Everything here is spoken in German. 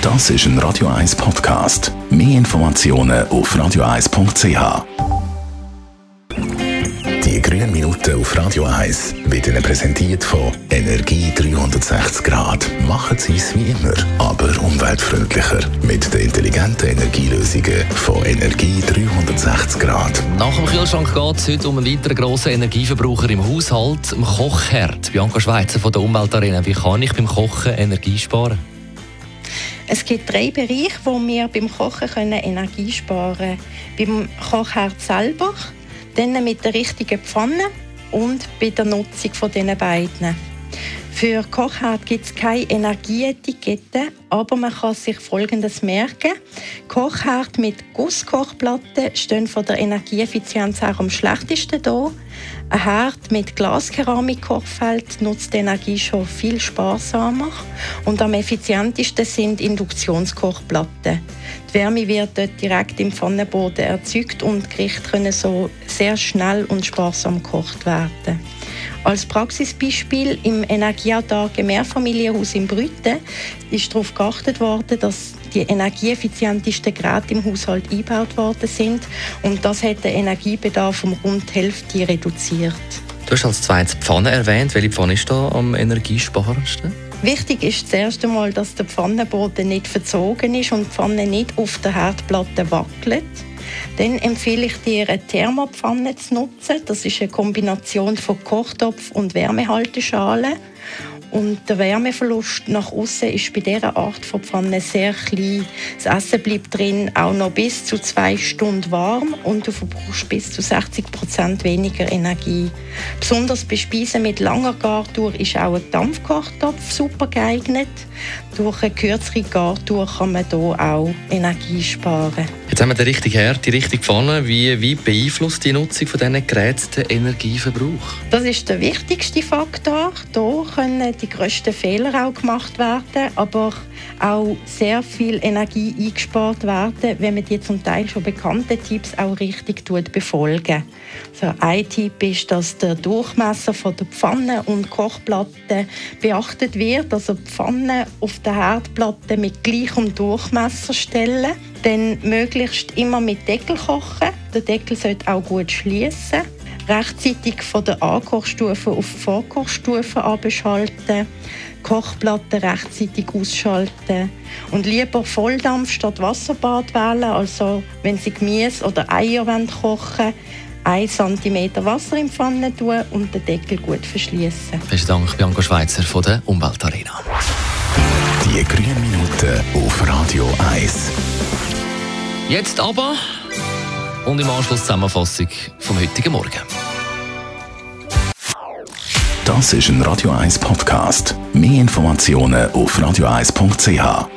Das ist ein Radio 1 Podcast. Mehr Informationen auf radio1.ch. Die grünen Minuten auf Radio 1 wird Ihnen präsentiert von Energie 360 Grad. Machen Sie es wie immer, aber umweltfreundlicher. Mit den intelligenten Energielösungen von Energie 360 Grad. Nach dem Kühlschrank geht es heute um einen weiteren grossen Energieverbraucher im Haushalt, dem Kochherd. Bianca Schweizer von der Umweltarena. Wie kann ich beim Kochen Energie sparen? Es gibt 3 Bereiche, wo wir beim Kochen Energie sparen können. Beim Kochherd selber, dann mit der richtigen Pfanne und bei der Nutzung von diesen beiden. Für Kochherd gibt es keine Energieetikette, aber man kann sich Folgendes merken. Kochherd mit Gusskochplatten stehen von der Energieeffizienz her am schlechtesten da. Ein Herd mit Glaskeramik-Kochfeld nutzt die Energie schon viel sparsamer. Und am effizientesten sind Induktionskochplatten. Die Wärme wird dort direkt im Pfannenboden erzeugt und die Gerichte können so sehr schnell und sparsam gekocht werden. Als Praxisbeispiel im energieautarken Mehrfamilienhaus in Brütten ist darauf geachtet worden, dass die energieeffizientesten Geräte im Haushalt eingebaut worden sind und das hat den Energiebedarf um rund die Hälfte reduziert. Du hast als zweites die Pfanne erwähnt. Welche Pfanne ist da am energiesparendsten? Wichtig ist das erste Mal, dass der Pfannenboden nicht verzogen ist und die Pfanne nicht auf der Herdplatte wackelt. Dann empfehle ich dir, eine Thermopfanne zu nutzen. Das ist eine Kombination von Kochtopf und Wärmehalteschale. Und der Wärmeverlust nach außen ist bei dieser Art von Pfanne sehr klein. Das Essen bleibt drin auch noch bis zu 2 Stunden warm und du verbrauchst bis zu 60% weniger Energie. Besonders bei Speisen mit langer Gartour ist auch ein Dampfkochtopf super geeignet. Durch eine kürzere Gartour kann man hier auch Energie sparen. Jetzt haben wir den richtigen Herd, die richtige Pfanne. Wie beeinflusst die Nutzung von diesen Geräten den Energieverbrauch? Das ist der wichtigste Faktor. Hier können die grössten Fehler auch gemacht werden, aber auch sehr viel Energie eingespart werden, wenn man die zum Teil schon bekannten Tipps auch richtig befolgen. Also ein Tipp ist, dass der Durchmesser von der Pfanne und Kochplatte beachtet wird. Also die Pfanne auf der Herdplatte mit gleichem Durchmesser stellen. Dann möglichst immer mit Deckel kochen. Der Deckel sollte auch gut schließen. Rechtzeitig von der Ankochstufe auf Vorkochstufe abschalten, Kochplatte rechtzeitig ausschalten und lieber Volldampf statt Wasserbad wählen. Also wenn Sie Gemüse oder Eier kochen wollen, 1 cm Wasser in die Pfanne tun und den Deckel gut verschließen. Besten Dank, Bianca Schweizer von der Umweltarena. Die grünen Minuten auf Radio 1. Jetzt aber und im Anschluss Zusammenfassung vom heutigen Morgen. Das ist ein Radio 1 Podcast. Mehr Informationen auf radio1.ch.